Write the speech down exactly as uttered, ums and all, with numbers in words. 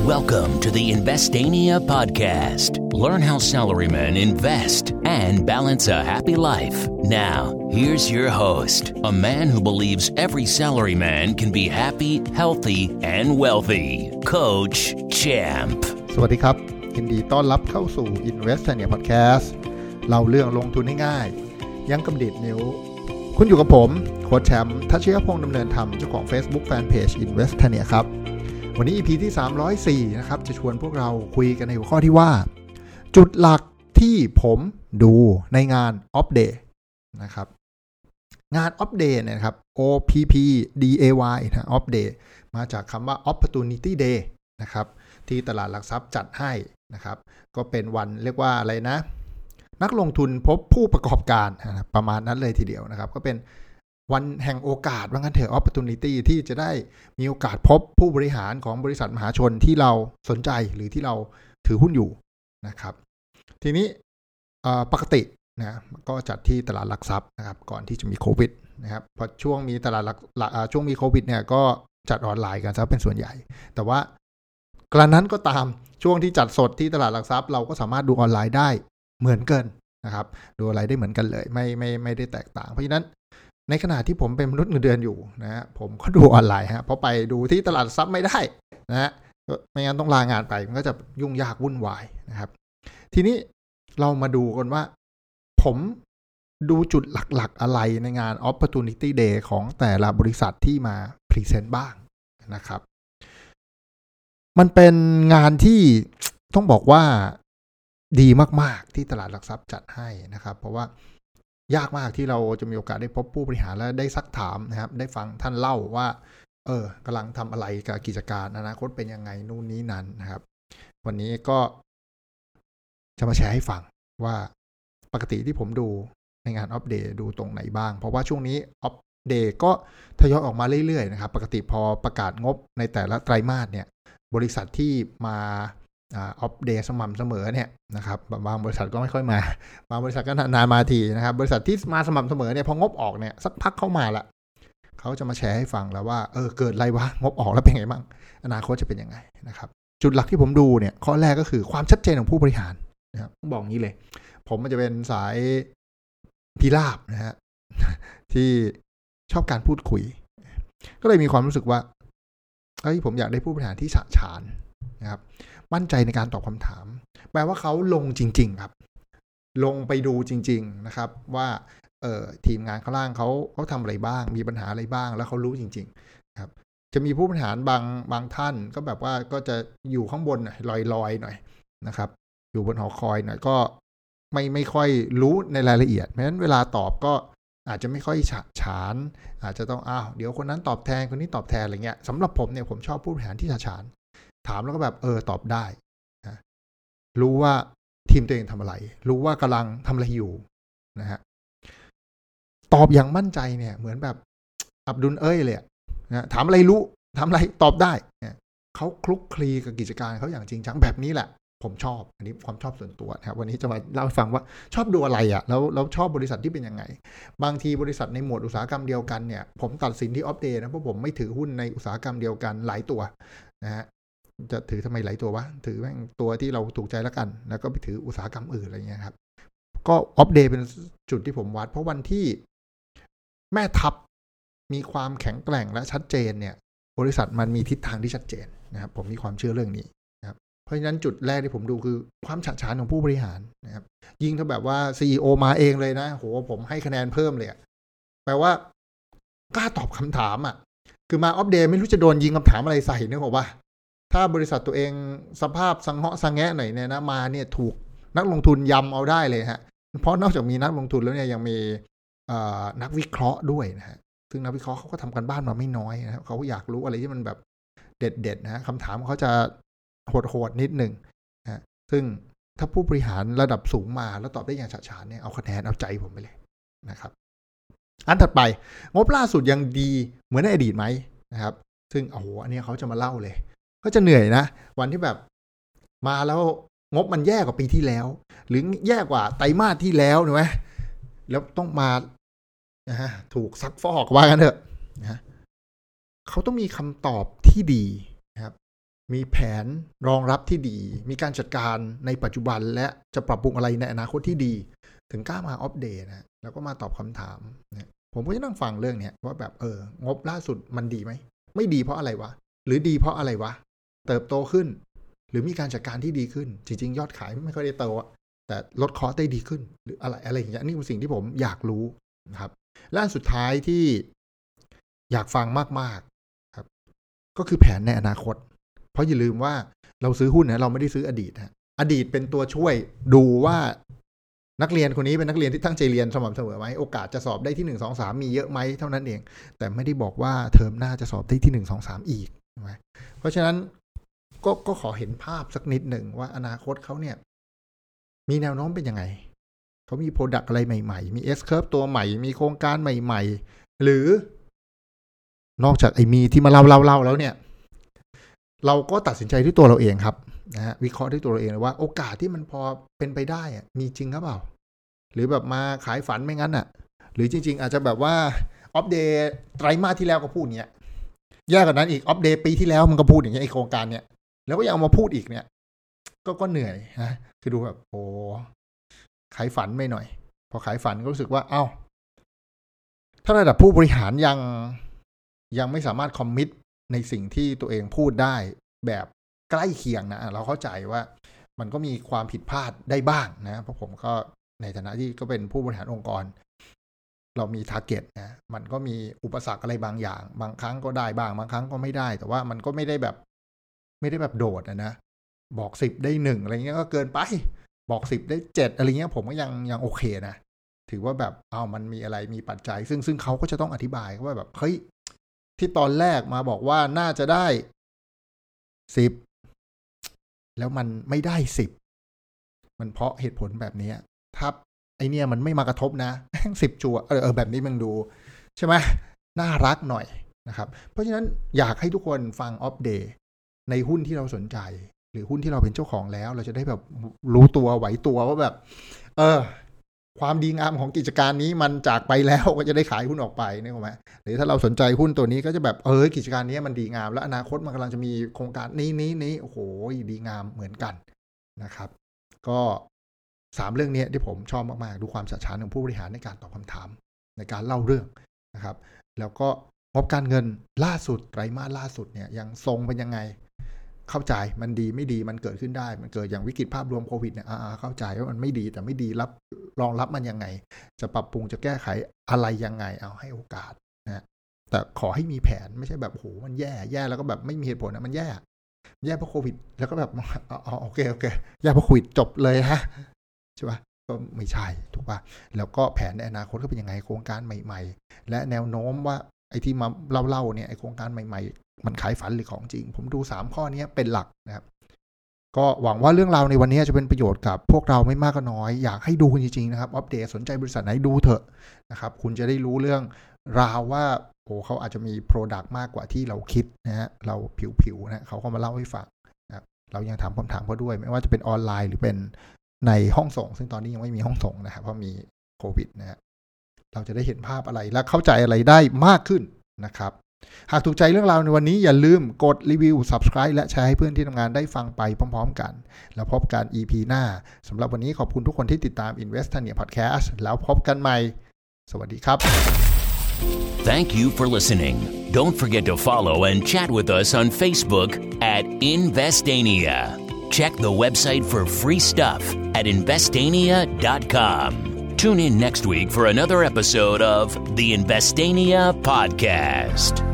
Welcome to the Investania podcast. Learn how salarymen invest and balance a happy life. Now, here's your host, a man who believes every salaryman can be happy, healthy, and wealthy, Coach Champ. สวัสดีครับยินดีต้อนรับเข้าสู่ Investania podcast เล่าเรื่องลงทุนง่ายๆยังกำดิดนิ้วคุณอยู่กับผมโค้ชแชมป์ทัชเชียพงษ์ดำเนินธรรมเจ้าของ Facebook Fanpage Investania ครับวันนี้ อี พี ที่สามร้อยสี่นะครับจะชวนพวกเราคุยกันในหัวข้อที่ว่าจุดหลักที่ผมดูในงาน Op Day นะครับงาน Op Day เนี่ยครับ โอ พี พี ดี เอ วาย นะ Op Day มาจากคำว่า Opportunity Day นะครับที่ตลาดหลักทรัพย์จัดให้นะครับก็เป็นวันเรียกว่าอะไรนะนักลงทุนพบผู้ประกอบการประมาณนั้นเลยทีเดียวนะครับก็เป็นวันแห่งโอกาสว่างั้นเถอะ opportunity ที่จะได้มีโอกาสพบผู้บริหารของบริษัทมหาชนที่เราสนใจหรือที่เราถือหุ้นอยู่นะครับทีนี้ปกตินะก็จัดที่ตลาดหลักทรัพย์นะครับก่อนที่จะมีโควิดนะครับพอช่วงมีตลาดหลักช่วงมีโควิดเนี่ยก็จัดออนไลน์กันซะเป็นส่วนใหญ่แต่ว่ากระนั้นก็ตามช่วงที่จัดสดที่ตลาดหลักทรัพย์เราก็สามารถดูออนไลน์ได้เหมือนกันนะครับดูออนไลน์ได้เหมือนกันเลยไม่ไม่ไม่ได้แตกต่างเพราะฉะนั้นในขณะที่ผมเป็นมนุษย์เงินเดือนอยู่นะฮะผมก็ดูออนไลน์ฮะเพราะไปดูที่ตลาดทรัพย์ไม่ได้นะฮะไม่งั้นต้องลางานไปมันก็จะยุ่งยากวุ่นวายนะครับทีนี้เรามาดูกันว่าผมดูจุดหลักๆอะไรในงาน Opportunity Day ของแต่ละบริษัทที่มาพรีเซนต์บ้างนะครับมันเป็นงานที่ต้องบอกว่าดีมากๆที่ตลาดหลักทรัพย์จัดให้นะครับเพราะว่ายากมากที่เราจะมีโอกาสได้พบผู้บริหารและได้ซักถามนะครับได้ฟังท่านเล่าว่าเออกำลังทำอะไรกับกิจการอนาคตเป็นยังไงนู่นนี้นั้นนะครับวันนี้ก็จะมาแชร์ให้ฟังว่าปกติที่ผมดูในงาน Op Day ดูตรงไหนบ้างเพราะว่าช่วงนี้ Op Day ก็ทยอยออกมาเรื่อยๆนะครับปกติพอประกาศงบในแต่ละไตรมาสเนี่ยบริษัทที่มาอ่า Op Day สม่ำเสมอเนี่ยนะครับบางบริษัทก็ไม่ค่อยมาบางบริษัทก็นานๆมาทีนะครับบริษัทที่มาสม่ำเสมอเนี่ยพองบออกเนี่ยสักพักเข้ามาละเขาจะมาแชร์ให้ฟังแล้วว่าเออเกิดอะไรวะงบออกแล้วเป็นไงบ้างอนาคตจะเป็นยังไงนะครับจุดหลักที่ผมดูเนี่ยข้อแรกก็คือความชัดเจนของผู้บริหารนะครับบอกงี้เลยผมมันจะเป็นสายพิราบนะฮะที่ชอบการพูดคุยก็เลยมีความรู้สึกว่าเอ้ยผมอยากได้ผู้บริหารที่ฉะฉานนะครับมั่นใจในการตอบคำถามแปลว่าเขาลงจริงๆครับลงไปดูจริงๆนะครับว่าเอ่อทีมงานข้างล่างเขาเขาทำอะไรบ้างมีปัญหาอะไรบ้างแล้วเขารู้จริงๆครับจะมีผู้บริหารบางบางท่านก็แบบว่าก็จะอยู่ข้างบนลอยๆหน่อยนะครับอยู่บนหอคอยหน่อยก็ไม่ไม่ค่อยรู้ในรายละเอียดเพราะฉะนั้นเวลาตอบก็อาจจะไม่ค่อยฉะฉานอาจจะต้องอ้าวเดี๋ยวคนนั้นตอบแทนคนนี้ตอบแทนอะไรเงี้ยสำหรับผมเนี่ยผมชอบผู้บริหารที่ฉะฉานถามแล้วก็แบบเออตอบได้นะรู้ว่าทีมตัวเองทำอะไรรู้ว่ากำลังทำอะไรอยู่นะฮะตอบอย่างมั่นใจเนี่ยเหมือนแบบอับดุลเอ้ยเลยนะถามอะไรรู้ถามอะไรตอบได้เนี่ยเขาคลุกคลีกับกิจการเขาอย่างจริงจังแบบนี้แหละผมชอบอันนี้ความชอบส่วนตัวนะครับวันนี้จะมาเล่าให้ฟังว่าชอบดูอะไรอ่ะแล้วแล้วชอบบริษัทที่เป็นยังไงบางทีบริษัทในหมวดอุตสาหกรรมเดียวกันเนี่ยผมตัดสินที่ Op Day นะเพราะผมไม่ถือหุ้นในอุตสาหกรรมเดียวกันหลายตัวนะฮะจะถือทำไมหลายตัววะถือแม่งตัวที่เราถูกใจแล้วกันแล้วก็ไปถืออุตสาหกรรมอื่นอะไรเงี้ยครับก็ Op Day เป็นจุดที่ผมวัดเพราะวันที่แม่ทัพมีความแข็งแกร่งและชัดเจนเนี่ยบริษัทมันมีทิศทางที่ชัดเจนนะครับผมมีความเชื่อเรื่องนี้นะครับเพราะฉะนั้นจุดแรกที่ผมดูคือความฉะฉานของผู้บริหารนะครับยิ่งถ้าแบบว่า ซี อี โอ มาเองเลยนะโหผมให้คะแนนเพิ่มเลยแปลว่ากล้าตอบคำถามอ่ะคือมา Op Day ไม่รู้จะโดนยิงคำถามอะไรใส่นึกออกป่ะถ้าบริษัทตัวเองสภาพสังเหาะสังแงะหน่อยเนี่ยนะมาเนี่ยถูกนักลงทุนยำเอาได้เลยฮะเพราะนอกจากมีนักลงทุนแล้วเนี่ยยังมีนักวิเคราะห์ด้วยนะฮะซึ่งนักวิเคราะห์เขาก็ทำกันบ้านมาไม่น้อยนะครับเขาอยากรู้อะไรที่มันแบบเด็ดๆนะฮะคำถามเขาจะโหดๆนิดหนึ่งนะซึ่งถ้าผู้บริหารระดับสูงมาแล้วตอบได้อย่างฉะฉานเนี่ยเอาคะแนนเอาใจผมไปเลยนะครับอันถัดไปงบล่าสุดยังดีเหมือนในอดีตไหมนะครับซึ่งโอ้โหอันนี้เขาจะมาเล่าเลยก็จะเหนื่อยนะวันที่แบบมาแล้วงบมันแย่กว่าปีที่แล้วหรือแย่กว่าไตรมาสที่แล้วถูกไหมแล้วต้องมานะฮะถูกซักฟอกว่ากันเถอะนะเขาต้องมีคำตอบที่ดีนะครับมีแผนรองรับที่ดีมีการจัดการในปัจจุบันและจะปรับปรุงอะไรในอนาคตที่ดีถึงกล้ามาอัปเดตนะแล้วก็มาตอบคำถามนะผมก็จะนั่งฟังเรื่องนี้ว่าแบบเอองบล่าสุดมันดีไหมไม่ดีเพราะอะไรวะหรือดีเพราะอะไรวะเติบโตขึ้นหรือมีการจัดการที่ดีขึ้นจริงๆยอดขายไม่ค่อยได้โตแต่ลดคอสได้ดีขึ้นหรืออะไรอะไรอย่างเงี้ยนี่เป็นสิ่งที่ผมอยากรู้นะครับและสุดท้ายที่อยากฟังมากๆครับก็คือแผนในอนาคตเพราะอย่าลืมว่าเราซื้อหุ้นนะเราไม่ได้ซื้ออดีตนะอดีตเป็นตัวช่วยดูว่านักเรียนคนนี้เป็นนักเรียนที่ตั้งใจเรียนสม่ำเสมอไหมโอกาสจะสอบได้ที่หนึ่ง สอง สามมีเยอะไหมเท่านั้นเองแต่ไม่ได้บอกว่าเทอมหน้าจะสอบได้ที่หนึ่ง สอง สามอีกใช่ไหมเพราะฉะนั้นก็ก็ขอเห็นภาพสักนิดหนึ่งว่าอนาคตเขาเนี่ยมีแนวโน้มเป็นยังไงเขามีโปรดักต์อะไรใหม่ๆมี S curve ตัวใหม่มีโครงการใหม่ๆหรือนอกจากไอ้มีที่มาเล่าเล่าเล่าแล้วเนี่ยเราก็ตัดสินใจที่ตัวเราเองครับนะฮะวิเคราะห์ที่ตัวเราเองเลยว่าโอกาสที่มันพอเป็นไปได้อะมีจริงหรือเปล่าหรือแบบมาขายฝันไม่งั้นอ่ะหรือจริงๆอาจจะแบบว่าอัปเดตไตรมาสที่แล้วก็พูดเนี้ยแย่กว่านั้นอีกอัปเดตปีที่แล้วมันก็พูดอย่างเงี้ยไอโครงการเนี้ยแล้วก็ยังเอามาพูดอีกเนี่ยก็ก็เหนื่อยนะคือดูแบบโอ้ขายฝันไม่หน่อยพอขายฝันก็รู้สึกว่าเอ้าถ้าระดับผู้บริหารยังยังไม่สามารถคอมมิตในสิ่งที่ตัวเองพูดได้แบบใกล้เคียงนะเราเข้าใจว่ามันก็มีความผิดพลาดได้บ้างนะเพราะผมก็ในฐานะที่ก็เป็นผู้บริหารองค์กรเรามีทาร์เก็ตนะมันก็มีอุปสรรคอะไรบางอย่างบางครั้งก็ได้บ้างบางครั้งก็ไม่ได้แต่ว่ามันก็ไม่ได้แบบไม่ได้แบบโดดนะบอกสิบได้หนึ่งอะไรเงี้ยก็เกินไปบอกสิบได้เจ็ดอะไรเงี้ยผมก็ยังยังโอเคนะถือว่าแบบเอามันมีอะไรมีปัจจัยซึ่งซึ่งเขาก็จะต้องอธิบายว่าแบบเฮ้ยที่ตอนแรกมาบอกว่าน่าจะได้สิบแล้วมันไม่ได้สิบมันเพราะเหตุผลแบบนี้ถ้าไอเนี่ยมันไม่มากระทบนะสิบจั่วเออเออแบบนี้มึงดูใช่ไหมน่ารักหน่อยนะครับเพราะฉะนั้นอยากให้ทุกคนฟังอัปเดตในหุ้นที่เราสนใจหรือหุ้นที่เราเป็นเจ้าของแล้วเราจะได้แบบรู้ตัวไหวตัวว่าแบบเออความดีงามของกิจการนี้มันจากไปแล้วก็จะได้ขายหุ้นออกไปนี่ถูกไหมหรือถ้าเราสนใจหุ้นตัวนี้ก็จะแบบเออกิจการนี้มันดีงามแล้วอนาคตมันกำลังจะมีโครงการนี้นี้นี้โอ้โหดีงามเหมือนกันนะครับก็สามเรื่องนี้ที่ผมชอบมากๆดูความฉะฉานของผู้บริหารในการตอบคำถามในการเล่าเรื่องนะครับแล้วก็งบการเงินล่าสุดไตรมาสล่าสุดเนี่ยยังทรงเป็นยังไงเข้าใจมันดีไม่ดีมันเกิดขึ้นได้มันเกิดอย่างวิกฤตภาพรวมโควิดเนี่ยอ่าเข้าใจว่ามันไม่ดีแต่ไม่ดีรับรองรับมันยังไงจะปรับปรุงจะแก้ไขอะไรยังไงเอาให้โอกาสนะแต่ขอให้มีแผนไม่ใช่แบบโหมันแย่แย่แล้วก็แบบไม่มีเหตุผลนะมันแย่แย่เพราะโควิดแล้วก็แบบอ๋อโอเคโอเคแย่เพราะโควิดจบเลยฮะใช่ป่ะก็ไม่ใช่ถูกป่ะแล้วก็แผนในอนาคตก็เป็นยังไงโครงการใหม่ๆและแนวโน้มว่าไอ้ที่มาเล่าๆเนี่ยไอ้โครงการใหม่ๆมันขายฝันหรือของจริงผมดูสามข้อนี้เป็นหลักนะครับก็หวังว่าเรื่องราวในวันนี้จะเป็นประโยชน์กับพวกเราไม่มากก็น้อยอยากให้ดูจริงๆนะครับอัปเดตสนใจบริษัทไหนดูเถอะนะครับคุณจะได้รู้เรื่องราวว่าโอ้เขาอาจจะมี product มากกว่าที่เราคิดนะฮะเราผิวๆนะเขาก็มาเล่าให้ฟังนะครับเรายังถามคำถามเขาด้วยไม่ว่าจะเป็นออนไลน์หรือเป็นในห้องส่งซึ่งตอนนี้ยังไม่มีห้องส่งนะครับเพราะมีโควิดนะฮะเราจะได้เห็นภาพอะไรและเข้าใจอะไรได้มากขึ้นนะครับหากถูกใจเรื่องราวในวันนี้อย่าลืมกดรีวิว Subscribe และแชร์ให้เพื่อนที่ทำงานได้ฟังไปพร้อมๆกันแล้วพบกัน อี พี หน้าสำหรับวันนี้ขอบคุณทุกคนที่ติดตาม Investania Podcast แล้วพบกันใหม่สวัสดีครับ Thank you for listening. Don't forget to follow and chat with us on Facebook at Investania. Check the website for free stuff at investania dot com. Tune in next week for another episode of the Investania Podcast.